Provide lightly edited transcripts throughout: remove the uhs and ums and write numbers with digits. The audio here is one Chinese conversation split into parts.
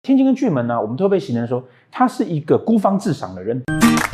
天机跟巨门呢，我们都被形容说他是一个孤芳自赏的人。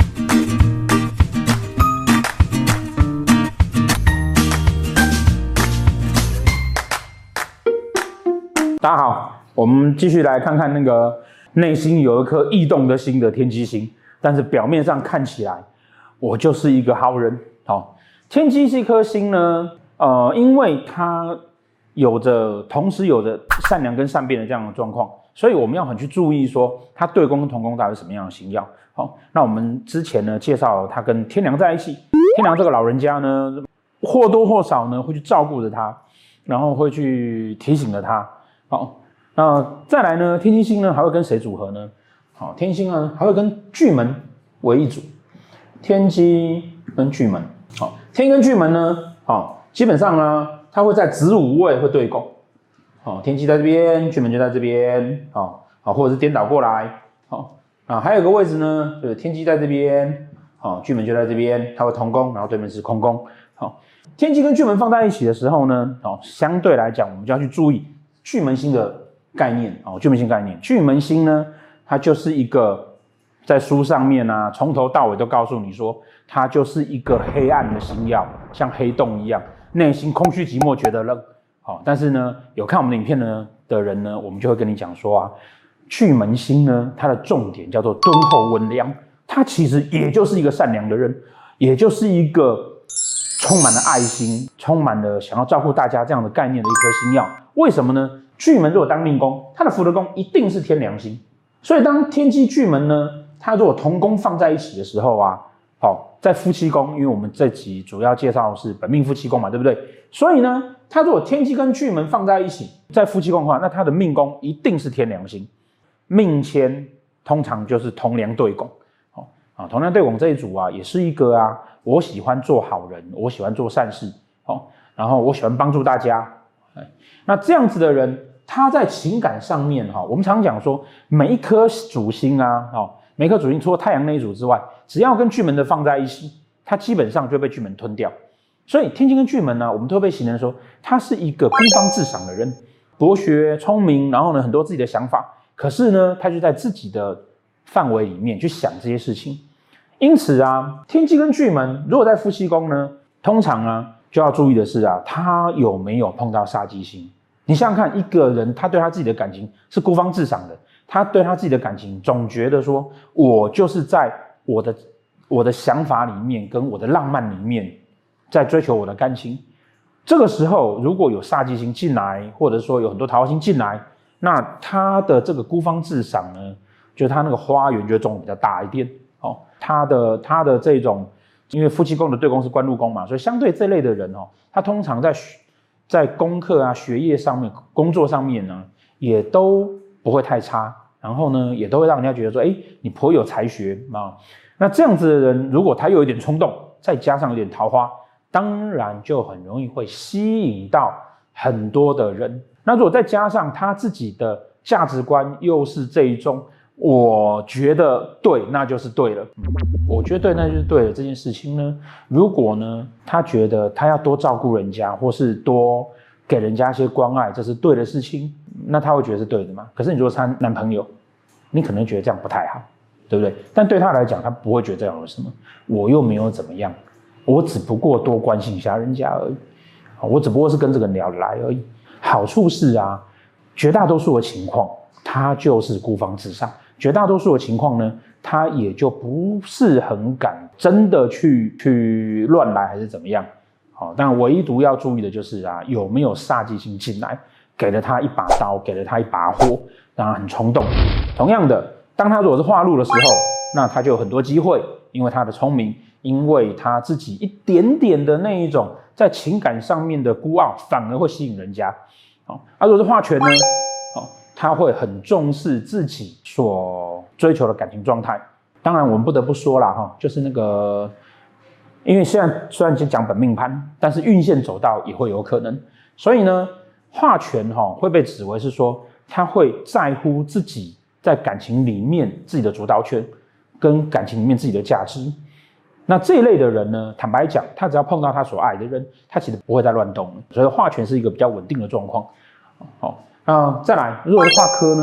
大家好，我们继续来看看那个内心有一颗异动的心的天机星，但是表面上看起来我就是一个好人。好，天机是一颗星呢，因为它同时有着善良跟善变的这样的状况，所以我们要很去注意说它对宫跟同宫到底是什么样的星曜。好，那我们之前呢介绍它跟天梁在一起，天梁这个老人家呢或多或少呢会去照顾着他，然后会去提醒着他。好，那再来呢，天机星呢还会跟谁组合呢？好，天机星呢还会跟巨门为一组，天机跟巨门。好，天机跟巨门呢，好，基本上呢，它会在子午位会对宫。好，天机在这边，巨门就在这边。好，或者是颠倒过来。好，还有一个位置呢，就是天机在这边，好，巨门就在这边，它会同宫，然后对面是空宫。好，天机跟巨门放在一起的时候呢，好，相对来讲，我们就要去注意巨门星的概念。巨门星概念，巨门星呢，它就是一个在书上面啊，从头到尾都告诉你说，它就是一个黑暗的星曜，像黑洞一样，内心空虚寂寞，觉得冷。好，但是呢，有看我们的影片的人呢，我们就会跟你讲说啊，巨门星呢，它的重点叫做敦厚温良，它其实也就是一个善良的人，也就是一个充满了爱心、充满了想要照顾大家这样的概念的一颗星曜。为什么呢？巨门如果当命宫，它的福德宫一定是天梁星，所以当天机巨门呢，它如果同宫放在一起的时候啊，好，在夫妻宫，因为我们这集主要介绍是本命夫妻宫嘛，对不对？所以呢，它如果天机跟巨门放在一起，在夫妻宫的话，那它的命宫一定是天梁星。命签通常就是同梁对拱。同梁对拱这一组啊，也是一个啊，我喜欢做好人，我喜欢做善事，然后我喜欢帮助大家。那这样子的人，他在情感上面我们常讲说，每一颗主星啊，每一颗主星除了太阳那一组之外，只要跟巨门的放在一起，它基本上就会被巨门吞掉。所以天机跟巨门呢，我们都会被形容说，他是一个孤芳自赏的人，博学聪明，然后呢很多自己的想法，可是呢他就在自己的范围里面去想这些事情。因此啊，天机跟巨门如果在夫妻宫呢，通常啊就要注意的是啊，他有没有碰到煞忌星。你想想看，一个人他对他自己的感情是孤芳自赏的，他对他自己的感情总觉得说，我就是在我的想法里面跟我的浪漫里面在追求我的感情。这个时候如果有煞忌星进来，或者说有很多桃花星进来，那他的这个孤芳自赏呢，就是他那个花园就会种得比较大一点。他的这种，因为夫妻宫的对宫是官禄宫嘛，所以相对这类的人他通常在功课啊、学业上面、工作上面呢，也都不会太差，然后呢，也都会让人家觉得说，你颇有才学啊。那这样子的人，如果他又有一点冲动，再加上有点桃花，当然就很容易会吸引到很多的人。那如果再加上他自己的价值观又是这一种，我觉得对，那就是对了。我觉得对，那就是对了。这件事情呢，如果呢，他觉得他要多照顾人家，或是多给人家一些关爱，这是对的事情，那他会觉得是对的嘛？可是你如果是他男朋友，你可能觉得这样不太好，对不对？但对他来讲，他不会觉得这样有什么。我又没有怎么样，我只不过多关心一下人家而已。我只不过是跟这个人聊得来而已。好处是啊，绝大多数的情况，他就是孤芳自赏。绝大多数的情况呢，他也就不是很敢真的去乱来还是怎么样。但唯独要注意的就是啊，有没有煞忌星进来，给了他一把刀，给了他一把火，让他很冲动。同样的，当他如果是化禄的时候，那他就有很多机会，因为他的聪明，因为他自己一点点的那一种在情感上面的孤傲，反而会吸引人家。如果是化权呢，他会很重视自己所追求的感情状态。当然我们不得不说啦，就是那个，因为现在虽然讲本命盘，但是运线走到也会有可能。所以呢，化权会被指为是说，他会在乎自己在感情里面自己的主导权，跟感情里面自己的价值。那这一类的人呢，坦白讲，他只要碰到他所爱的人，他其实不会再乱动了。所以化权是一个比较稳定的状况。再来，如果是化科呢，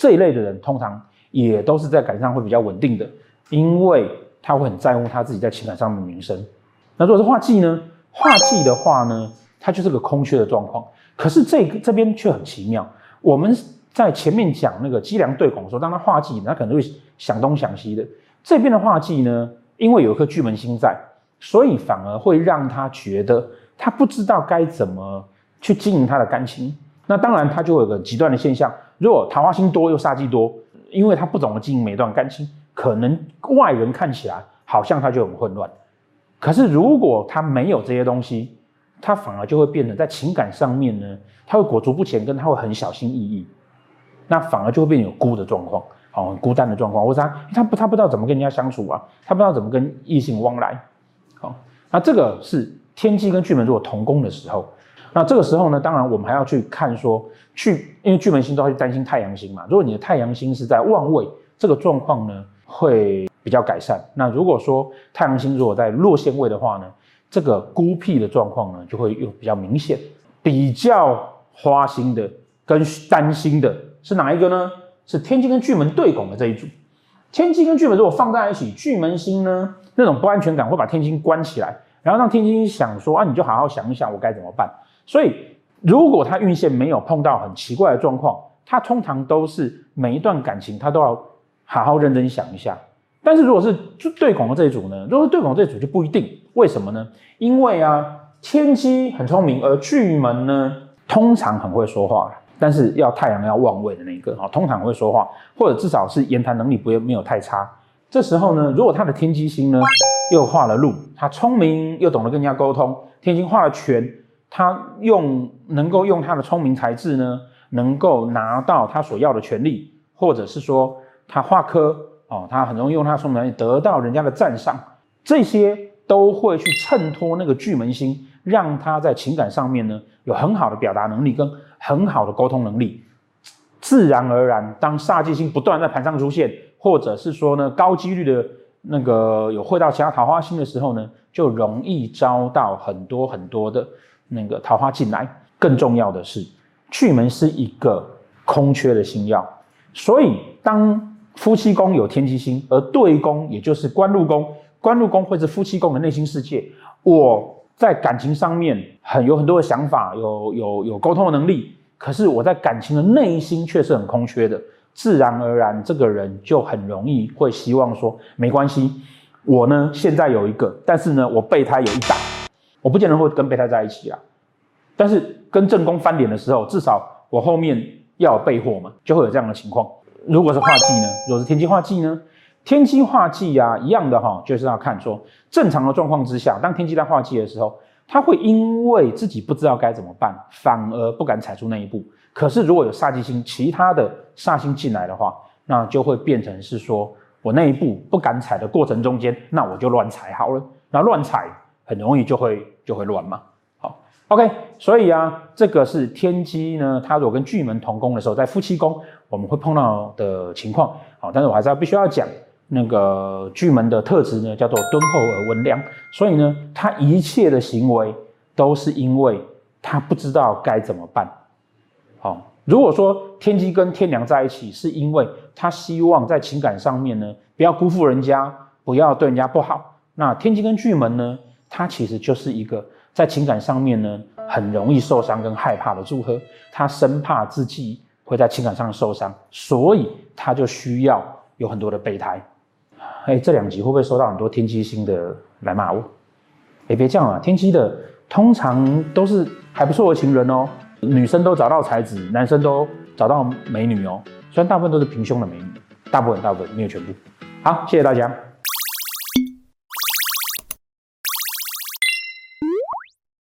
这一类的人通常也都是在感情上会比较稳定的，因为他会很在乎他自己在情感上的名声。那如果是化忌呢？化忌的话呢，它就是个空缺的状况。可是这边却很奇妙，我们在前面讲那个机梁对拱的时候，当他化忌，他可能会想东想西的。这边的化忌呢，因为有一颗巨门星在，所以反而会让他觉得他不知道该怎么去经营他的感情。那当然，他就会有个极端的现象，如果桃花星多又煞忌多，因为他不懂得经营每一段感情，可能外人看起来好像他就很混乱。可是如果他没有这些东西，他反而就会变得在情感上面呢，他会裹足不前，跟他会很小心翼翼，那反而就会变成有孤的状况，很孤单的状况，或者他不知道怎么跟人家相处啊，他不知道怎么跟异性往来，那这个是天机跟巨门如果同宫的时候，那这个时候呢，当然我们还要去看说，因为巨门星都会担心太阳星嘛，如果你的太阳星是在旺位，这个状况呢会比较改善。那如果说太阳星如果在落陷位的话呢，这个孤僻的状况呢就会又比较明显。比较花心的跟担心的是哪一个呢？是天机跟巨门对拱的这一组。天机跟巨门如果放在一起，巨门星呢那种不安全感会把天机关起来，然后让天机想说你就好好想一想我该怎么办。所以如果他运线没有碰到很奇怪的状况，他通常都是每一段感情他都要好好认真想一下。但是如果是对拱的这一组呢，如果是对拱这一组就不一定。为什么呢？因为天机很聪明，而巨门呢通常很会说话，但是要太阳要旺位的那个通常很会说话，或者至少是言谈能力没有太差。这时候呢，如果他的天机星呢又化了禄，他聪明又懂得跟人家沟通，天机化了权，他能够用他的聪明才智呢，能够拿到他所要的权利，或者是说他化科他很容易用他的聪明才智得到人家的赞赏，这些都会去衬托那个巨门星，让他在情感上面呢有很好的表达能力跟很好的沟通能力。自然而然，当煞忌星不断在盘上出现，或者是说呢高几率的那个有会到其他桃花星的时候呢，就容易招到很多很多的那个桃花进来。更重要的是，巨门是一个空缺的星曜，所以当夫妻宫有天机星，而对宫也就是官禄宫，官禄宫会是夫妻宫的内心世界。我在感情上面有很多的想法，有沟通的能力，可是我在感情的内心却是很空缺的。自然而然，这个人就很容易会希望说，没关系，我呢现在有一个，但是呢我备胎有一打，我不见得会跟备胎在一起啦，但是跟正宫翻脸的时候，至少我后面要有备货嘛，就会有这样的情况。如果是化忌呢？如果是天机化忌呢？天机化忌一样的就是要看说正常的状况之下，当天机在化忌的时候，他会因为自己不知道该怎么办，反而不敢踩出那一步。可是如果有煞忌星，其他的煞星进来的话，那就会变成是说我那一步不敢踩的过程中间，那我就乱踩好了。那乱踩很容易就会乱嘛。好 ，OK， 所以这个是天机呢，它如果跟巨门同宫的时候，在夫妻宫我们会碰到的情况。好，但是我还是必须要讲。那个巨门的特质呢，叫做敦厚而温良，所以呢，他一切的行为都是因为他不知道该怎么办。如果说天机跟天梁在一起，是因为他希望在情感上面呢，不要辜负人家，不要对人家不好。那天机跟巨门呢，它其实就是一个在情感上面呢，很容易受伤跟害怕的组合。他生怕自己会在情感上受伤，所以他就需要有很多的备胎。这2集会不会收到很多天机星的来骂我？别这样啊！天机的通常都是还不错的情人哦，女生都找到才子，男生都找到美女哦。虽然大部分都是平胸的美女，大部分没有全部。好，谢谢大家。